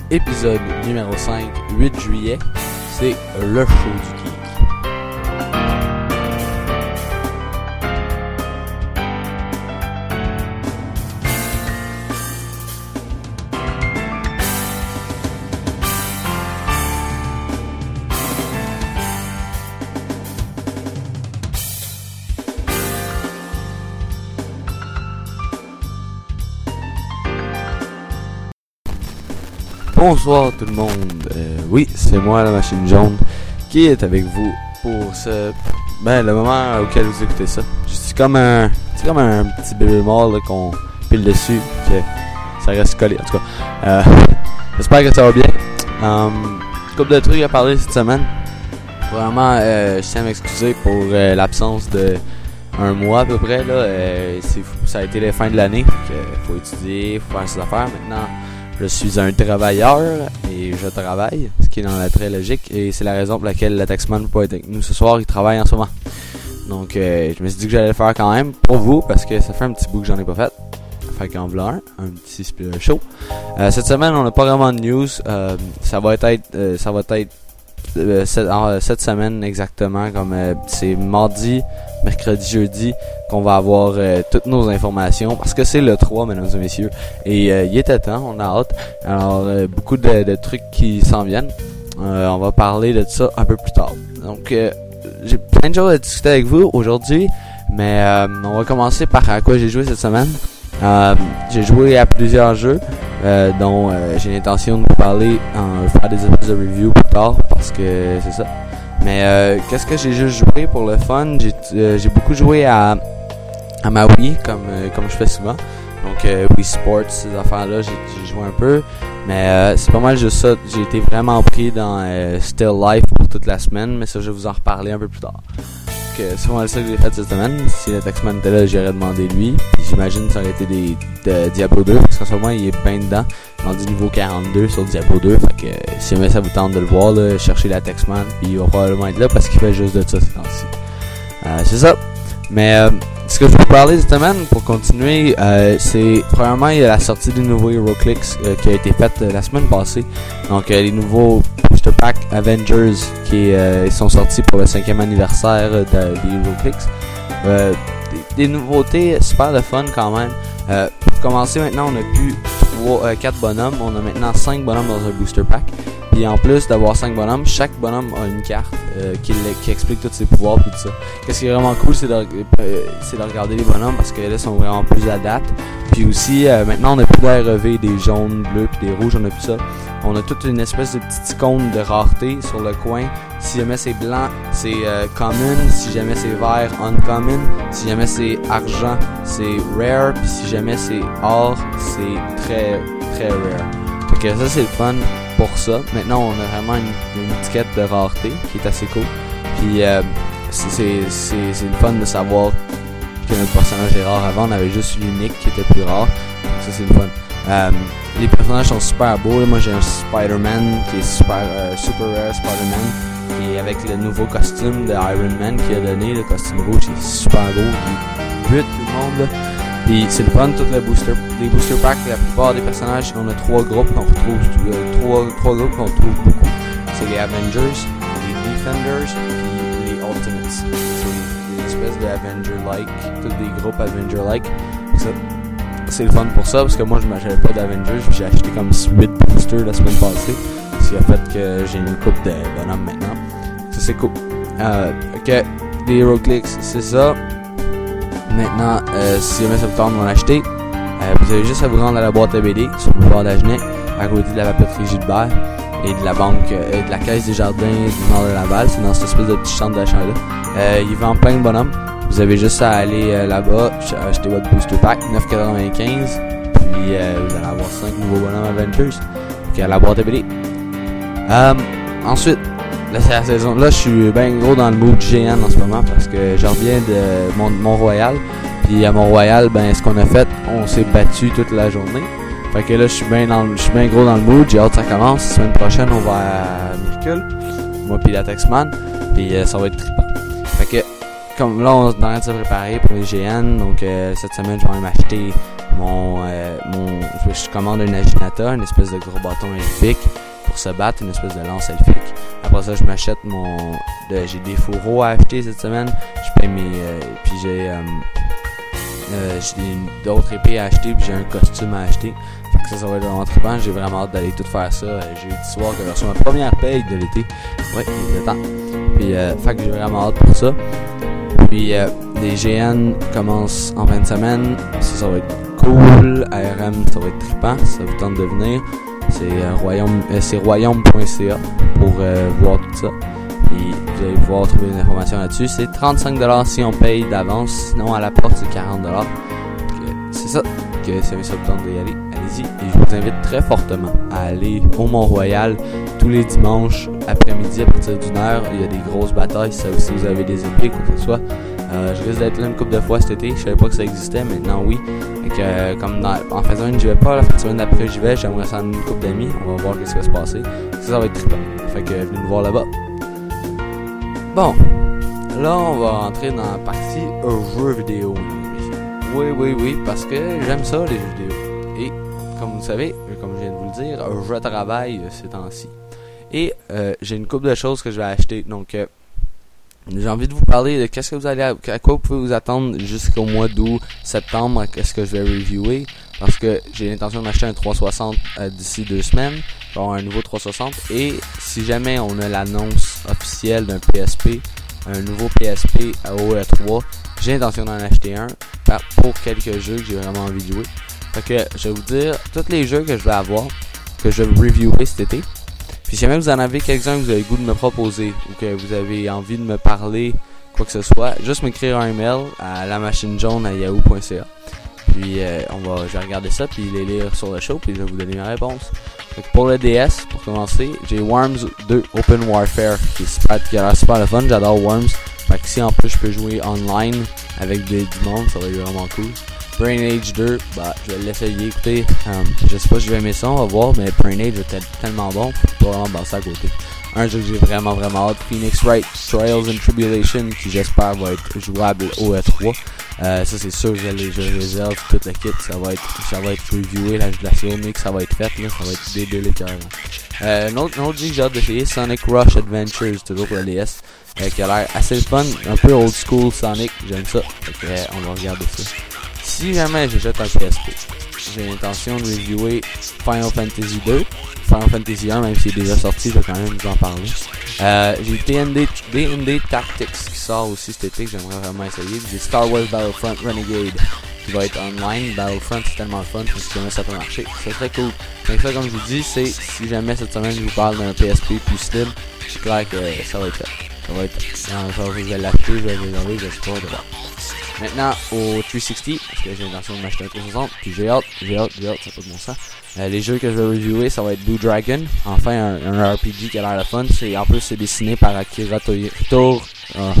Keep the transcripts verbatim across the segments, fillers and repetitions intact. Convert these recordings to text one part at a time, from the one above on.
épisode numéro cinq, huit juillet, c'est le show du geek. Bonsoir tout le monde, euh, oui c'est moi la machine jaune qui est avec vous pour ce, ben le moment auquel vous écoutez ça. Je suis comme un, c'est comme un petit bébé mort là, qu'on pile dessus, que ça reste collé en tout cas. Euh, j'espère que ça va bien. Um, couple de trucs à parler cette semaine. Vraiment, euh, je tiens à m'excuser pour euh, l'absence de un mois à peu près là. Euh, c'est, ça a été les fins de l'année, donc euh, faut étudier, faut faire ses affaires maintenant. Je suis un travailleur et je travaille, ce qui est dans la très logique, et c'est la raison pour laquelle le Taxman ne peut pas être avec nous ce soir, il travaille en ce moment. Donc euh, je me suis dit que j'allais le faire quand même pour vous, parce que ça fait un petit bout que j'en ai pas fait. Fait qu'en voilà un, un petit split show. Euh, cette semaine on n'a pas vraiment de news, euh, ça va être, euh, ça va être euh, cette, euh, cette semaine exactement, comme euh, c'est mardi, mercredi, jeudi, qu'on va avoir euh, toutes nos informations, parce que c'est le trois, mesdames et messieurs, et euh, il était temps, on a hâte. Alors euh, beaucoup de, de trucs qui s'en viennent, euh, on va parler de ça un peu plus tard. Donc euh, j'ai plein de choses à discuter avec vous aujourd'hui, mais euh, on va commencer par à quoi j'ai joué cette semaine. Euh, j'ai joué à plusieurs jeux, euh, dont euh, j'ai l'intention de vous parler, en faire des épisodes de review plus tard, parce que c'est ça. Mais euh, qu'est-ce que j'ai juste joué pour le fun? J'ai, euh, j'ai beaucoup joué à, à ma Wii, comme, euh, comme je fais souvent. Donc euh, Wii Sports, ces affaires-là, j'ai, j'ai joué un peu. Mais euh, c'est pas mal juste ça. J'ai été vraiment pris dans euh, Still Life pour toute la semaine, mais ça je vais vous en reparler un peu plus tard. Donc euh, c'est vraiment ça que j'ai fait cette semaine. Si le Taxman était là, j'aurais demandé lui. Puis j'imagine que ça aurait été des, de Diablo deux, parce qu'en ce moment il est bien dedans. Rendu niveau quarante-deux sur Diablo deux, fait que euh, si jamais ça vous tente de le voir, là, cherchez la Taxman, puis il va probablement être là parce qu'il fait juste de ça ces temps-ci. Euh, c'est ça. Mais euh, ce que je vais vous parler cette semaine pour continuer, euh, c'est premièrement il y a la sortie du nouveau HeroClix euh, qui a été faite euh, la semaine passée. Donc euh, les nouveaux booster pack Avengers qui euh, sont sortis pour le cinquième anniversaire euh, de, des HeroClix. Euh, des, des nouveautés super de fun quand même. Euh, pour commencer maintenant, on a plus quatre bonhommes, on a maintenant cinq bonhommes dans un booster pack. Puis en plus d'avoir cinq bonhommes, chaque bonhomme a une carte euh, qui, qui explique tous ses pouvoirs et tout ça. Qu'est-ce qui est vraiment cool, c'est de, euh, c'est de regarder les bonhommes parce que là, ils sont vraiment plus à date. Puis aussi, euh, maintenant, on a plus d'A R V, des jaunes, bleus puis des rouges, on a plus ça. On a toute une espèce de petite icône de rareté sur le coin. Si jamais c'est blanc, c'est euh, common. Si jamais c'est vert, uncommon. Si jamais c'est argent, c'est rare. Puis si jamais c'est or, c'est très, très rare. Fait que ça, c'est le fun pour ça. Maintenant, on a vraiment une, une étiquette de rareté qui est assez cool. Puis euh, c'est, c'est, c'est, c'est le fun de savoir que notre personnage est rare. Avant, on avait juste l'unique qui était plus rare. Donc ça, c'est le fun. Euh, les personnages sont super beaux. Moi, j'ai un Spider-Man qui est super, euh, super rare Spider-Man. Et avec le nouveau costume de Iron Man qu'il a donné, le costume rouge, il est super beau. Il bute tout le monde, là. Puis c'est le fun, tout le booster, les booster packs, la plupart des personnages, on a trois groupes qu'on retrouve, euh, trois, trois groupes qu'on retrouve beaucoup. C'est les Avengers, les Defenders, puis les Ultimates. C'est des espèces de Avenger-like, tous des groupes Avenger-like. Ça, c'est le fun pour ça, parce que moi je n'avais pas d'Avengers, j'ai acheté comme huit boosters la semaine passée, ce qui a fait que j'ai une coupe de bonhommes maintenant. Ça c'est cool. Euh, ok, les HeroClix, c'est ça. Maintenant, euh, si jamais ça vous tente de m'en acheter, euh, vous avez juste à vous rendre à la boîte à B D sur le boulevard d'Agenais, à côté de la papeterie Gilbert et de la banque, euh, de la caisse des jardins du nord de Laval. C'est dans cette espèce de petit centre d'achat-là. Euh, il vend plein de bonhommes. Vous avez juste à aller euh, là-bas, acheter votre booster pack, neuf quatre-vingt-quinze, puis euh, vous allez avoir cinq nouveaux bonhommes Avengers. Donc à la boîte à B D. Euh, ensuite, là, c'est la saison. Là, je suis bien gros dans le mood G N en ce moment parce que je reviens de Mont- Mont-Royal. Puis à Mont-Royal, ben, ce qu'on a fait, on s'est battu toute la journée. Fait que là, je suis bien dans le, je suis bien gros dans le mood. J'ai hâte que ça commence. La semaine prochaine, on va à Miracle. Moi puis la Taxman. Puis euh, ça va être trippant. Fait que, comme là, on est en train de se préparer pour les G N. Donc, euh, cette semaine, je vais même acheter mon, euh, mon, je commande un Aginata, une espèce de gros bâton elfique pour se battre, une espèce de lance elfique. Après ça, je m'achète mon, de, j'ai des fourreaux à acheter cette semaine. Je paye mes, euh, puis j'ai, euh, euh, j'ai d'autres épées à acheter, puis j'ai un costume à acheter. Fait que ça, ça va être vraiment trippant. J'ai vraiment hâte d'aller tout faire ça. Euh, j'ai eu du soir que j'ai reçu ma première paye de l'été. Ouais, il est temps. Puis, euh, fait que j'ai vraiment hâte pour ça. Puis, euh, les G N commencent en fin de semaine. Ça, ça va être cool. A R M, ça va être trippant. Ça vous tente de venir. C'est euh, royaume, euh, c'est royaume point c a pour euh, voir tout ça. Puis vous allez pouvoir trouver des informations là-dessus. C'est trente-cinq dollars si on paye d'avance. Sinon, à la porte, c'est quarante dollars. C'est ça. Que ça vous tente d'y aller. Allez-y. Et je vous invite très fortement à aller au Mont-Royal tous les dimanches après-midi à partir d'une heure. Il y a des grosses batailles. Si vous avez des épées, quoi que ce soit. Euh, je risque d'être là une couple de fois cet été. Je savais pas que ça existait. Maintenant, oui. Fait que, euh, comme dans, en faisant une, j'y vais pas. La semaine d'après, j'y vais. J'aimerais ça une couple d'amis. On va voir ce qui va se passer. Ça, ça va être trippant. Fait que, venez nous voir là-bas. Bon. Là, on va rentrer dans la partie jeux vidéo. Oui, oui, oui. Parce que j'aime ça, les jeux vidéo. Et, comme vous savez, comme je viens de vous le dire, je travaille ces temps-ci. Et, euh, j'ai une couple de choses que je vais acheter. Donc, euh, j'ai envie de vous parler de qu'est-ce que vous allez, à, à quoi vous pouvez vous attendre jusqu'au mois d'août, septembre, qu'est-ce que je vais reviewer, parce que j'ai l'intention d'acheter un trois cent soixante euh, d'ici deux semaines, genre un nouveau trois cent soixante, et si jamais on a l'annonce officielle d'un P S P, un nouveau P S P à O E trois, j'ai l'intention d'en acheter un pour quelques jeux que j'ai vraiment envie de jouer. Fait que je vais vous dire tous les jeux que je vais avoir, que je vais reviewer cet été. Puis si jamais vous en avez quelques-uns que vous avez le goût de me proposer ou que vous avez envie de me parler, quoi que ce soit, juste m'écrire un email à la machine jaune à yahoo point c a. Puis euh, on va, je vais regarder ça puis les lire sur le show puis je vais vous donner ma réponse. Donc pour le D S, pour commencer, j'ai Worms deux Open Warfare qui, est super, qui a l'air super le fun. J'adore Worms. Fait que si en plus je peux jouer online avec des, du monde, ça va être vraiment cool. Brain Age deux, bah, je vais l'essayer, écoutez, um, je sais pas si je vais aimer ça, on va voir, mais Brain Age était tellement bon, faut pas vraiment passer à côté. Un jeu que j'ai vraiment vraiment hâte, Phoenix Wright, Trials and Tribulation, qui j'espère va être jouable au E trois. Euh, ça c'est sûr, je les je réserve toute l'équipe, ça va être ça va être reviewé, la, la journée que ça va être faite, là, ça va être débile et carrément. Euh, un autre, un autre jeu que j'ai hâte d'essayer, Sonic Rush Adventures, toujours pour le D S, euh, qui a l'air assez fun, un peu old school Sonic, j'aime ça, fait que, euh, on va regarder ça. Si jamais j'achète un P S P, j'ai l'intention de reviewer Final Fantasy deux, Final Fantasy un, même s'il est déjà sorti, je vais quand même vous en parler. Euh, j'ai D and D, D and D Tactics qui sort aussi cet été que j'aimerais vraiment essayer. J'ai Star Wars Battlefront Renegade qui va être online. Battlefront c'est tellement fun, si jamais ça peut marcher, c'est très cool. Donc ça, comme je vous dis, c'est si jamais cette semaine je vous parle d'un P S P plus slim, c'est clair que ça va être fait. Ça va être, non, je vais l'acheter, je vais le réserver, je sais pas de voir. Maintenant au trois cent soixante, parce que j'ai l'intention de m'acheter un trois cent soixante, puis j'ai hâte, j'ai hâte, j'ai hâte, ça pas de bon sens. Euh, les jeux que je vais reviewer, ça va être Blue Dragon, enfin un, un R P G qui a l'air de fun. C'est, en plus c'est dessiné par Akira, Tori, Tor, euh,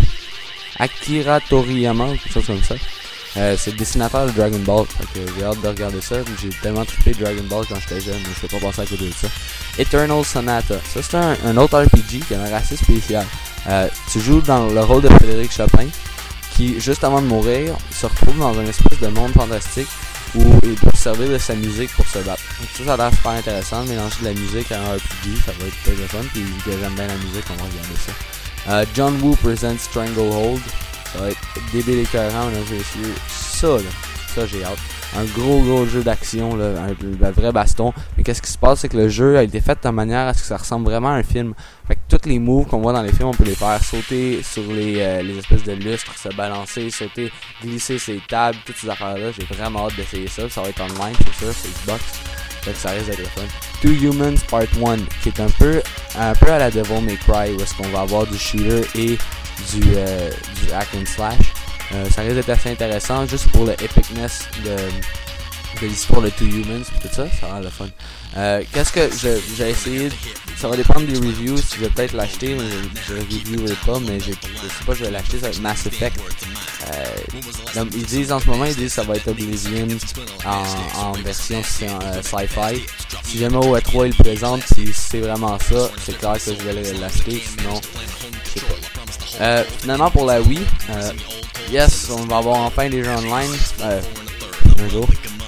Akira Toriyama, quelque chose comme ça. Euh, c'est le dessinateur de Dragon Ball, fait que j'ai hâte de regarder ça. J'ai tellement trippé Dragon Ball quand j'étais jeune, mais je peux pas passer à côté de ça. Eternal Sonata, ça c'est un, un autre R P G qui a l'air assez spécial. Euh, tu joues dans le rôle de Frédéric Chopin, qui, juste avant de mourir, se retrouve dans une espèce de monde fantastique où il doit se servir de sa musique pour se battre. Donc ça, ça a l'air super intéressant, mélanger de la musique à un R P G, ça va être très fun, puis vu que j'aime bien la musique, on va regarder ça. Euh, John Woo Presents Stranglehold, ça va être débile écœurant, mesdames et messieurs, ça là, ça j'ai hâte. Un gros gros jeu d'action, là, un, un vrai baston. Mais qu'est-ce qui se passe, c'est que le jeu a été fait de manière à ce que ça ressemble vraiment à un film. Fait que tous les moves qu'on voit dans les films, on peut les faire sauter sur les, euh, les espèces de lustres, se balancer, sauter, glisser ses tables, toutes ces affaires-là. J'ai vraiment hâte d'essayer ça. Ça va être online, c'est sûr, c'est Xbox. Fait que ça risque d'être fun. Two Humans Part un, qui est un peu, un peu à la Devil May Cry, où est-ce qu'on va avoir du shooter et du, euh, du hack and slash. Euh, ça risque d'être assez intéressant juste pour le epicness de, de l'histoire de Two Humans et tout ça, ça a l'air le fun. Euh, qu'est-ce que je, j'ai essayé, de, ça va dépendre des reviews, si je vais peut-être l'acheter, mais je, je reviewerai pas, mais j'ai, je sais pas, je vais l'acheter, ça va être Mass Effect. Euh, donc, ils disent en ce moment, ils disent que ça va être Oblivion en, en version euh, sci-fi. Si jamais O E trois il le présente, si c'est vraiment ça, c'est clair que je vais l'acheter, sinon, je sais pas. Euh, finalement pour la Wii, euh, yes, on va avoir enfin des jeux online, euh, un jour.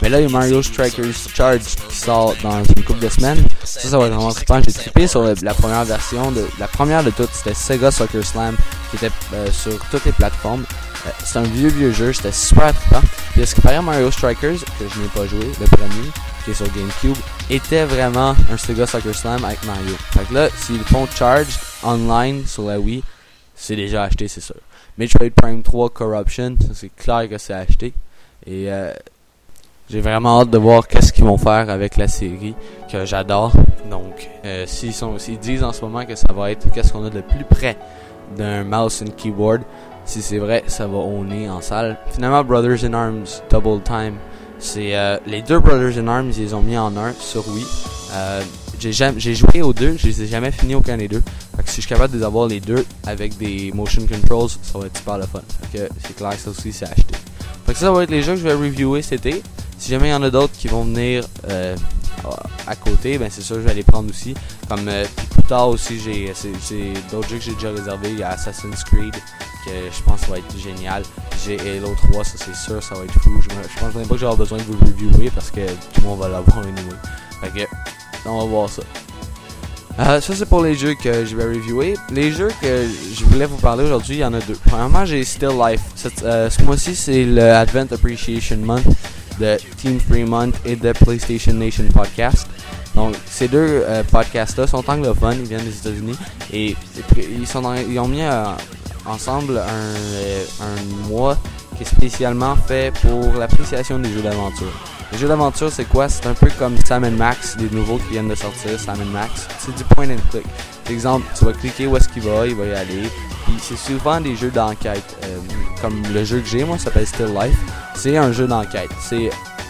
Mais là, il y a Mario Strikers Charge qui sort dans une couple de semaines. Ça, ça va être vraiment trippant. J'ai trippé sur le, la première version, de la première de toutes, c'était Sega Soccer Slam, qui était euh, sur toutes les plateformes. Euh, c'est un vieux vieux jeu, c'était super trippant. Puis ce qui paraît, Mario Strikers, que je n'ai pas joué, le premier, qui est sur GameCube, était vraiment un Sega Soccer Slam avec Mario. Fait que là, s'ils font Charge online sur la Wii, c'est déjà acheté, c'est sûr. Metroid Prime trois Corruption, ça c'est clair que c'est acheté. Et euh, j'ai vraiment hâte de voir qu'est-ce qu'ils vont faire avec la série que j'adore. Donc, euh, s'ils, sont, s'ils disent en ce moment que ça va être qu'est-ce qu'on a de plus près d'un mouse and keyboard, si c'est vrai, ça va owner en salle. Finalement, Brothers in Arms Double Time, c'est euh, les deux Brothers in Arms, ils les ont mis en un sur Wii. Euh, j'ai, jamais, j'ai joué aux deux, je les ai jamais fini aucun des deux. Fait que si je suis capable de les avoir les deux avec des motion controls, ça va être super le fun. Fait que c'est clair que ça aussi c'est acheté. Fait que ça, ça va être les jeux que je vais reviewer cet été. Si jamais il y en a d'autres qui vont venir euh, à côté, ben c'est sûr que je vais les prendre aussi. Comme euh, plus tard aussi, j'ai c'est, c'est d'autres jeux que j'ai déjà réservés. Il y a Assassin's Creed, que je pense que ça va être génial. J'ai Halo trois, ça c'est sûr, ça va être fou. Je, me, je pense même pas que j'aurai besoin de vous reviewer parce que tout le monde va l'avoir anyway. Fait que, on va voir ça. Euh, ça c'est pour les jeux que je vais reviewer. Les jeux que je voulais vous parler aujourd'hui, il y en a deux. Premièrement, j'ai Still Life. Cette, euh, ce mois-ci, c'est le Advent Appreciation Month de Team Fremont et de PlayStation Nation Podcast. Donc, ces deux euh, podcasts-là sont anglophones, ils viennent des États-Unis et ils, sont dans, ils ont mis euh, ensemble un, euh, un mois qui est spécialement fait pour l'appréciation des jeux d'aventure. Les jeux d'aventure, c'est quoi? C'est un peu comme Sam and Max, les nouveaux qui viennent de sortir, Sam and Max. C'est du point and click. Par exemple, tu vas cliquer où est-ce qu'il va, il va y aller. Puis c'est souvent des jeux d'enquête. Euh, comme le jeu que j'ai, moi, s'appelle Still Life. C'est un jeu d'enquête. C'est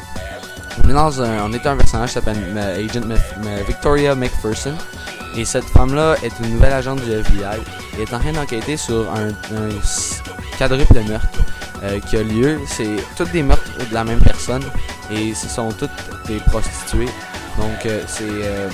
on est dans un, on est un personnage qui s'appelle euh, Agent Mif- euh, Victoria McPherson. Et cette femme-là est une nouvelle agente du F B I. Elle est en train d'enquêter sur un, un quadruple meurtre euh, qui a lieu. C'est tous des meurtres de la même personne. Et ce sont toutes des prostituées. Donc euh, c'est euh,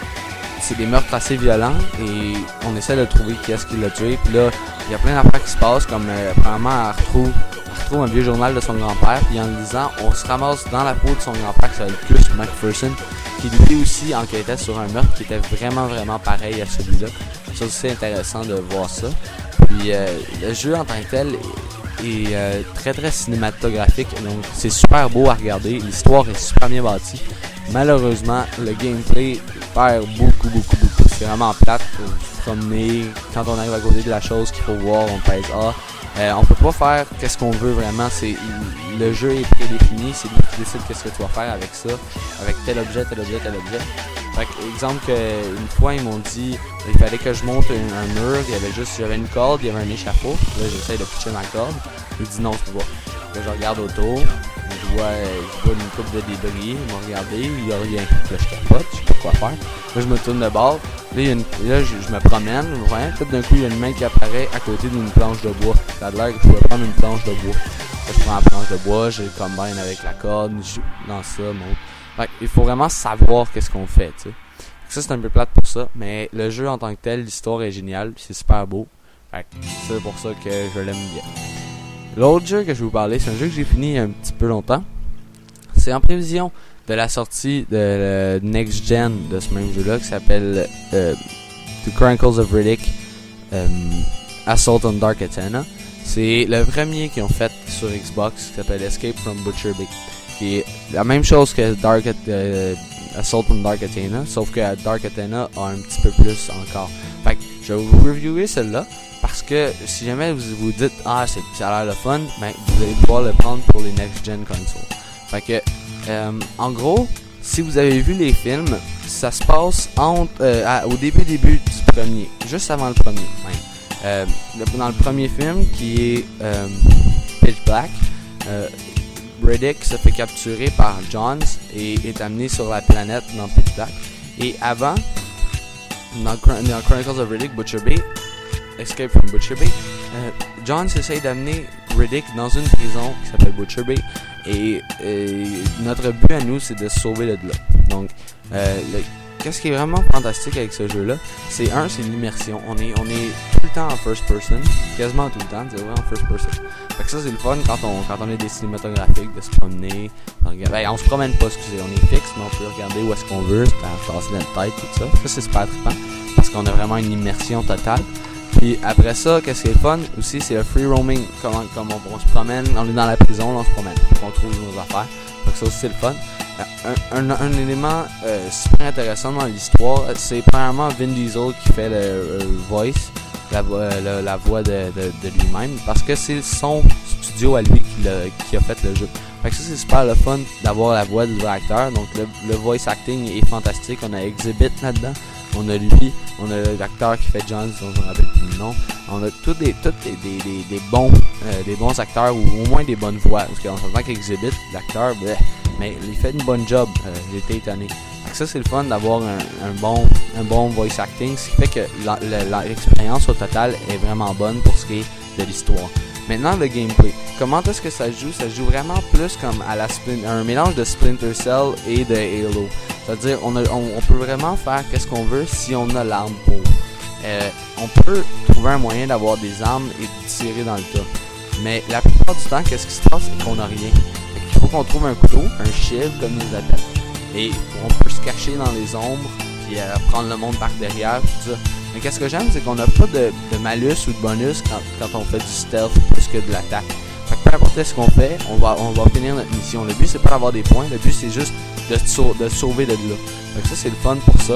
c'est des meurtres assez violents. Et on essaie de trouver qui est-ce qui l'a tué. Puis là, il y a plein d'affaires qui se passent. Comme euh, premièrement, elle retrouve, elle retrouve un vieux journal de son grand-père. Puis en le lisant, on se ramasse dans la peau de son grand-père qui s'appelle Gus McPherson, qui lui aussi enquêtait sur un meurtre qui était vraiment vraiment pareil à celui-là. C'est aussi intéressant de voir ça. Puis euh, le jeu en tant que tel est euh, très très cinématographique, donc c'est super beau à regarder, l'histoire est super bien bâtie. Malheureusement, le gameplay perd beaucoup beaucoup beaucoup. C'est vraiment plate pour se promener. Quand on arrive à côté de la chose qu'il faut voir, on pèse A. Euh, on peut pas faire qu'est-ce qu'on veut vraiment. C'est le jeu est prédéfini, c'est lui qui décide qu'est-ce que tu vas faire avec ça, avec tel objet, tel objet, tel objet. Fait que, exemple que une fois ils m'ont dit il fallait que je monte un, un mur, il y avait juste j'avais une corde, il y avait un échafaud. Là j'essaie de pitcher ma corde. Il dit non, tu peux pas. Là je regarde autour, je vois, je vois une coupe de débris, ils m'ont regardé, il y a rien. Là je capote, je sais pas quoi faire. Là je me tourne de bord, là, il y a une, là je, je me promène, ouais, tout d'un coup il y a une main qui apparaît à côté d'une planche de bois. Ça a l'air que je pouvais prendre une planche de bois. Là je prends la planche de bois, je combine avec la corde, je dans ça, monte. Fait il faut vraiment savoir qu'est-ce qu'on fait, tu sais. Ça c'est un peu plate pour ça, mais le jeu en tant que tel, l'histoire est géniale, puis c'est super beau. Fait c'est pour ça que je l'aime bien. L'autre jeu que je vais vous parler, c'est un jeu que j'ai fini il y a un petit peu longtemps. C'est en prévision de la sortie de Next Gen de ce même jeu-là, qui s'appelle euh, The Chronicles of Riddick euh, Assault on Dark Athena. C'est le premier qu'ils ont fait sur Xbox, qui s'appelle Escape from Butcher Bay. Qui est la même chose que Dark euh, Assault on Dark Athena, sauf que Dark Athena a un petit peu plus encore. Fait que je vais vous reviewer celle-là, parce que si jamais vous vous dites « Ah, c'est, ça a l'air le fun », ben vous allez pouvoir le prendre pour les next-gen consoles. Fait que, euh, en gros, si vous avez vu les films, ça se passe entre, euh, à, au début début du premier, juste avant le premier même. Euh, dans le premier film, qui est euh, Pitch Black, euh, Riddick se fait capturer par Johns et est amené sur la planète dans Pitch Black. Et avant, dans, dans Chronicles of Riddick, Butcher Bay, Escape from Butcher Bay, euh, Johns essaye d'amener Riddick dans une prison qui s'appelle Butcher Bay. Et, et notre but à nous, c'est de se sauver de là. Donc, euh, le, qu'est-ce qui est vraiment fantastique avec ce jeu-là, c'est un, c'est l'immersion. On est, on est tout le temps en first person, quasiment tout le temps, c'est vrai en first person. Fait que ça, c'est le fun quand on, quand on est des cinématographiques, de se promener. On, regarde, ben, on se promène pas, excusez, on est fixe, mais on peut regarder où est-ce qu'on veut, se passer dans la tête, tout ça. Ça, c'est super trippant, parce qu'on a vraiment une immersion totale. Puis après ça, qu'est-ce qui est fun aussi, c'est le free roaming. Comme, comme on, on se promène, on est dans la prison, là, on se promène, on trouve nos affaires. Fait que ça aussi, c'est le fun. Un, un, un élément euh, super intéressant dans l'histoire, c'est premièrement Vin Diesel qui fait le, le voice, la, le, la voix de, de, de lui-même, parce que c'est son studio à lui qui, le, qui a fait le jeu. Fait que ça, c'est super le fun d'avoir la voix du vrai acteur. Donc le, le voice acting est fantastique. On a Exhibit là-dedans. On a lui, on a l'acteur qui fait John, dont je me rappelle plus le nom. On a tous des, tous des, des, des, des bons euh, des bons acteurs, ou au moins des bonnes voix. Parce qu'on s'entend qu'Exhibit, l'acteur, bleh, mais il fait une bonne job. Euh, j'ai été étonné. Donc ça, c'est le fun d'avoir un, un, bon, un bon voice acting. Ce qui fait que la, la, l'expérience au total est vraiment bonne pour ce qui est de l'histoire. Maintenant, le gameplay. Comment est-ce que ça joue? Ça joue vraiment plus comme à la Splinter, un mélange de Splinter Cell et de Halo. C'est-à-dire, on, a, on, on peut vraiment faire qu'est-ce qu'on veut si on a l'arme pour. Euh, on peut trouver un moyen d'avoir des armes et de tirer dans le tas. Mais la plupart du temps, qu'est-ce qui se passe? C'est qu'on n'a rien. Il faut qu'on trouve un couteau, un shield comme ils appellent. Et on peut se cacher dans les ombres, puis euh, prendre le monde par derrière, tout ça. Mais qu'est-ce que j'aime, c'est qu'on n'a pas de, de malus ou de bonus quand, quand on fait du stealth plus que de l'attaque. Fait que peu importe ce qu'on fait, on va, on va finir notre mission. Le but, c'est pas d'avoir des points, le but, c'est juste de te sau- de sauver de là. Fait que ça, c'est le fun pour ça.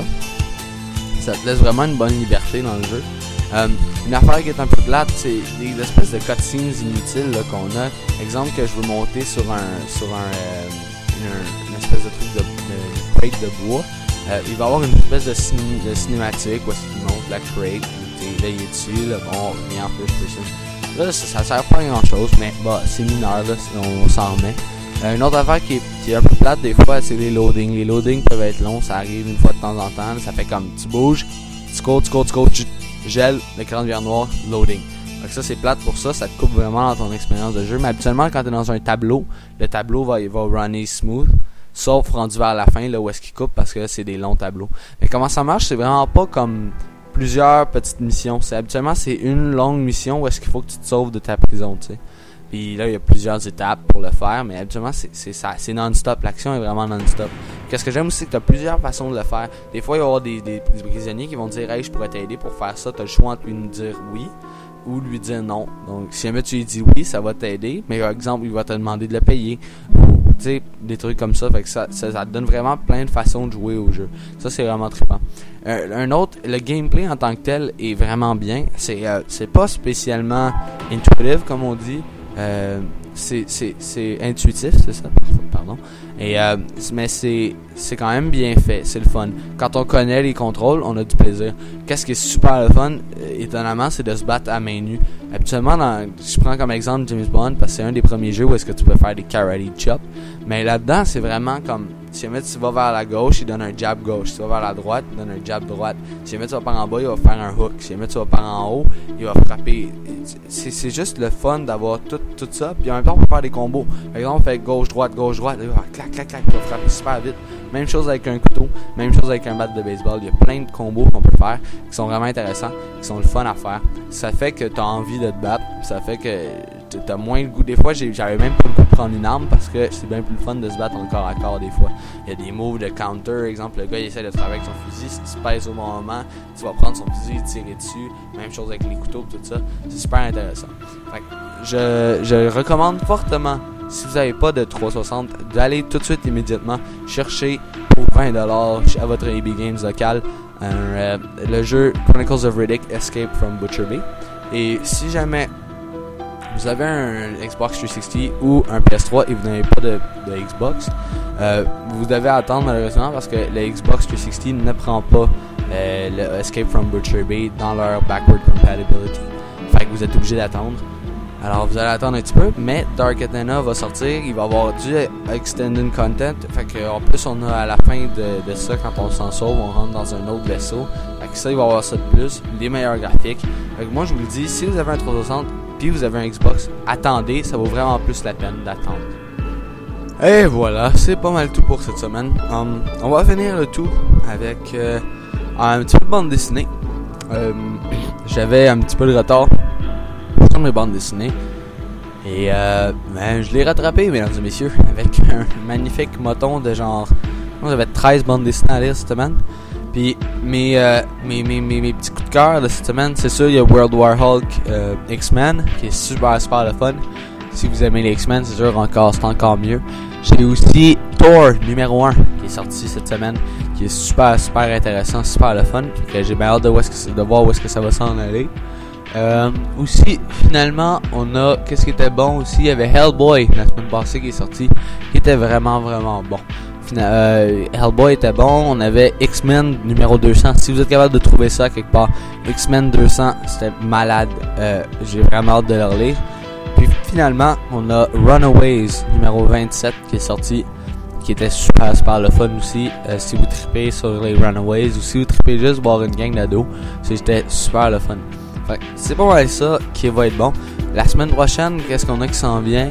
Ça te laisse vraiment une bonne liberté dans le jeu. Euh, une affaire qui est un peu plate, c'est des espèces de cutscenes inutiles là, qu'on a. Exemple que je veux monter sur un sur un euh, une, une espèce de truc de, de crate de bois. Euh, il va y avoir une espèce de, ciné, de cinématique où est-ce qu'il monte la crate, là il est dessus, là, bon, il est en first person. Là, ça, ça sert pas à grand chose, mais bah, c'est mineur, là, on, on s'en remet. Euh, une autre affaire qui est, qui est un peu plate des fois, c'est les loadings. Les loadings peuvent être longs, ça arrive une fois de temps en temps, là, ça fait comme tu bouges, tu cours, tu cours, tu cours, tu gèles, l'écran devient noir, loading. Donc ça c'est plate pour ça, ça te coupe vraiment dans ton expérience de jeu. Mais habituellement quand tu es dans un tableau, le tableau va, va runner smooth. Sauf rendu vers la fin, là où est-ce qu'il coupe, parce que là, c'est des longs tableaux. Mais comment ça marche, c'est vraiment pas comme plusieurs petites missions. C'est habituellement, c'est une longue mission où est-ce qu'il faut que tu te sauves de ta prison, tu sais. Puis là, il y a plusieurs étapes pour le faire, mais habituellement, c'est, c'est, ça, c'est non-stop. L'action est vraiment non-stop. Qu'est-ce que j'aime aussi, c'est que tu as plusieurs façons de le faire. Des fois, il va y avoir des, des, des prisonniers qui vont dire « Hey, je pourrais t'aider pour faire ça. » Tu as le choix entre lui nous dire « oui » ou lui dire « non ». Donc, si jamais tu lui dis « oui », ça va t'aider. Mais par exemple, il va te demander de le payer. Tu sais, des trucs comme ça, fait que ça, ça, ça te donne vraiment plein de façons de jouer au jeu. Ça, c'est vraiment trippant. Euh, un autre, le gameplay en tant que tel est vraiment bien. C'est, euh, c'est pas spécialement intuitive, comme on dit. Euh, c'est, c'est, c'est intuitif, c'est ça, pardon. Et, euh, mais c'est, c'est quand même bien fait, c'est le fun. Quand on connaît les contrôles, on a du plaisir. Qu'est-ce qui est super le fun, euh, étonnamment, c'est de se battre à main nue. Habituellement, dans, je prends comme exemple James Bond parce que c'est un des premiers jeux où est-ce que tu peux faire des karate chops. Mais là-dedans, c'est vraiment comme, si jamais tu vas vers la gauche, il donne un jab gauche. Si tu vas vers la droite, il donne un jab droite. Si jamais tu vas par en bas, il va faire un hook. Si jamais tu vas par en haut, il va frapper. C'est, c'est juste le fun d'avoir tout, tout ça. Puis en même temps, on peut faire des combos. Par exemple, on fait gauche-droite, gauche-droite. Il va faire clac, clac, clac. Il va frapper super vite. Même chose avec un couteau. Même chose avec un bat de baseball. Il y a plein de combos qu'on peut faire qui sont vraiment intéressants, qui sont le fun à faire. Ça fait que tu as envie de te battre. Ça fait que tu as moins le goût. Des fois, j'ai, j'avais même pas le goût de prendre une arme parce que c'est bien plus le fun de se battre en corps à corps des fois. Il y a des moves de counter. Exemple, le gars il essaie de travailler avec son fusil. Si tu pèses au bon moment, tu vas prendre son fusil et tirer dessus. Même chose avec les couteaux et tout ça. C'est super intéressant. Fait que je, je recommande fortement, si vous n'avez pas de trois cent soixante, d'aller tout de suite immédiatement chercher pour vingt dollars à votre E B Games local un, euh, le jeu Chronicles of Riddick Escape from Butcher Bay. Et si jamais vous avez un Xbox trois cent soixante ou un P S trois et vous n'avez pas de, de Xbox, euh, vous devez attendre malheureusement parce que le Xbox trois cent soixante ne prend pas euh, le Escape from Butcher Bay dans leur backward compatibility. Fait que vous êtes obligé d'attendre. Alors vous allez attendre un petit peu, mais Dark Athena va sortir, il va y avoir du extended content, fait que en plus on a à la fin de, de ça, quand on s'en sauve, on rentre dans un autre vaisseau, fait que ça il va y avoir ça de plus, des meilleurs graphiques. Fait que moi je vous le dis, si vous avez un trois cent soixante puis vous avez un Xbox, attendez, ça vaut vraiment plus la peine d'attendre. Et voilà, c'est pas mal tout pour cette semaine. Um, on va finir le tout avec euh, un petit peu de bande dessinée. Euh, j'avais un petit peu de retard sur mes bandes dessinées. Et euh, ben, je l'ai rattrapé, mesdames et messieurs, avec un magnifique moton de genre... J'avais treize bandes dessinées à lire cette semaine. Puis mes, euh, mes, mes, mes, mes petits coups de cœur de cette semaine, c'est sûr, il y a World War Hulk euh, X-Men, qui est super super le fun. Si vous aimez les X-Men, c'est sûr, encore, c'est encore mieux. J'ai aussi Thor numéro un qui est sorti cette semaine, qui est super super intéressant, super le fun. Que j'ai bien hâte de, où est-ce que, de voir où est-ce que ça va s'en aller. Euh, aussi, finalement, on a, qu'est-ce qui était bon aussi, il y avait Hellboy la semaine passée qui est sorti, qui était vraiment vraiment bon. Fina- euh, Hellboy était bon, on avait X-Men numéro deux cents, si vous êtes capable de trouver ça quelque part, X-Men deux cents, c'était malade, euh, j'ai vraiment hâte de le relire. Puis finalement, on a Runaways numéro vingt-sept qui est sorti, qui était super super le fun aussi. Euh, si vous tripez sur les Runaways ou si vous tripez juste voir une gang d'ados, c'était super le fun. Fait, c'est pas mal ça qui va être bon. La semaine prochaine, qu'est-ce qu'on a qui s'en vient?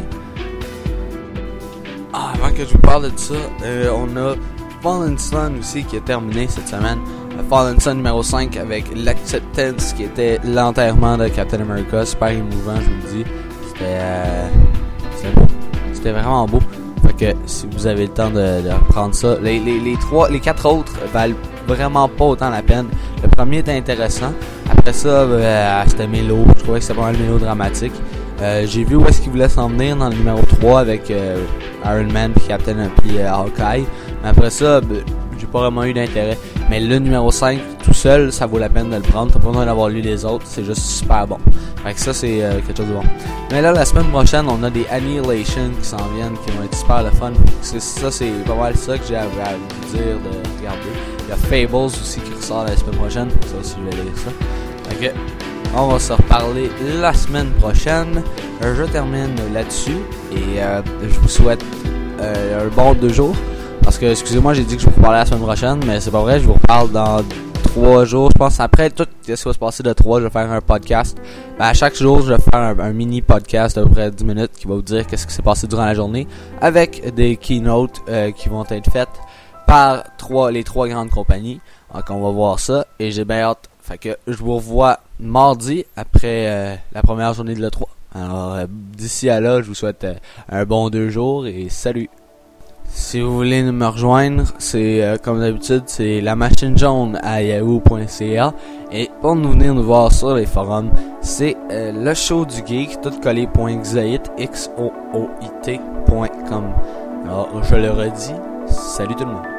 Ah, avant que je vous parle de ça, euh, on a Fallen Sun aussi qui est terminé cette semaine. Fallen Sun numéro cinq avec l'Acceptance qui était l'enterrement de Captain America. Super émouvant, je vous le dis. C'était, euh, c'était beau. C'était vraiment beau. Fait que si vous avez le temps de, de reprendre ça, les, les, les trois, les quatre autres valent vraiment pas autant la peine. Le premier était intéressant. Après ça, euh, c'était mélo. Je trouvais que c'était pas mal mélodramatique. Euh, j'ai vu où est-ce qu'il voulait s'en venir dans le numéro trois avec euh, Iron Man puis Captain puis euh, Hawkeye. Mais après ça, ben, j'ai pas vraiment eu d'intérêt. Mais le numéro cinq, tout seul, ça vaut la peine de le prendre. T'as pas besoin d'avoir lu les autres. C'est juste super bon. Fait que ça, c'est euh, quelque chose de bon. Mais là, la semaine prochaine, on a des Annihilation qui s'en viennent, qui vont être super le fun. C'est, ça, c'est pas mal ça que j'ai à, à vous dire de regarder. Il y a Fables aussi qui ressort la semaine prochaine. Ça aussi, je vais lire ça. Fait que, on va se reparler la semaine prochaine. Je termine là-dessus. Et euh, je vous souhaite euh, un bon deux jours. Parce que, excusez-moi, j'ai dit que je vous reparlais la semaine prochaine. Mais c'est pas vrai, je vous reparle dans trois jours. Je pense après tout ce qui va se passer de trois, je vais faire un podcast. Ben, à chaque jour, je vais faire un, un mini podcast d'à peu près dix minutes qui va vous dire qu'est-ce qui s'est passé durant la journée. Avec des keynotes euh, qui vont être faites par trois, les trois grandes compagnies. Donc on va voir ça et j'ai bien hâte. Fait que je vous revois mardi après euh, la première journée de l'E trois. Alors euh, d'ici à là, je vous souhaite euh, un bon deux jours et salut. Si vous voulez me rejoindre, c'est euh, comme d'habitude, c'est la machine jaune à yahoo point c a. Et pour nous venir nous voir sur les forums, c'est euh, le show du geek, tout collé point xoit, x o o i t point com. Alors je le redis, salut tout le monde.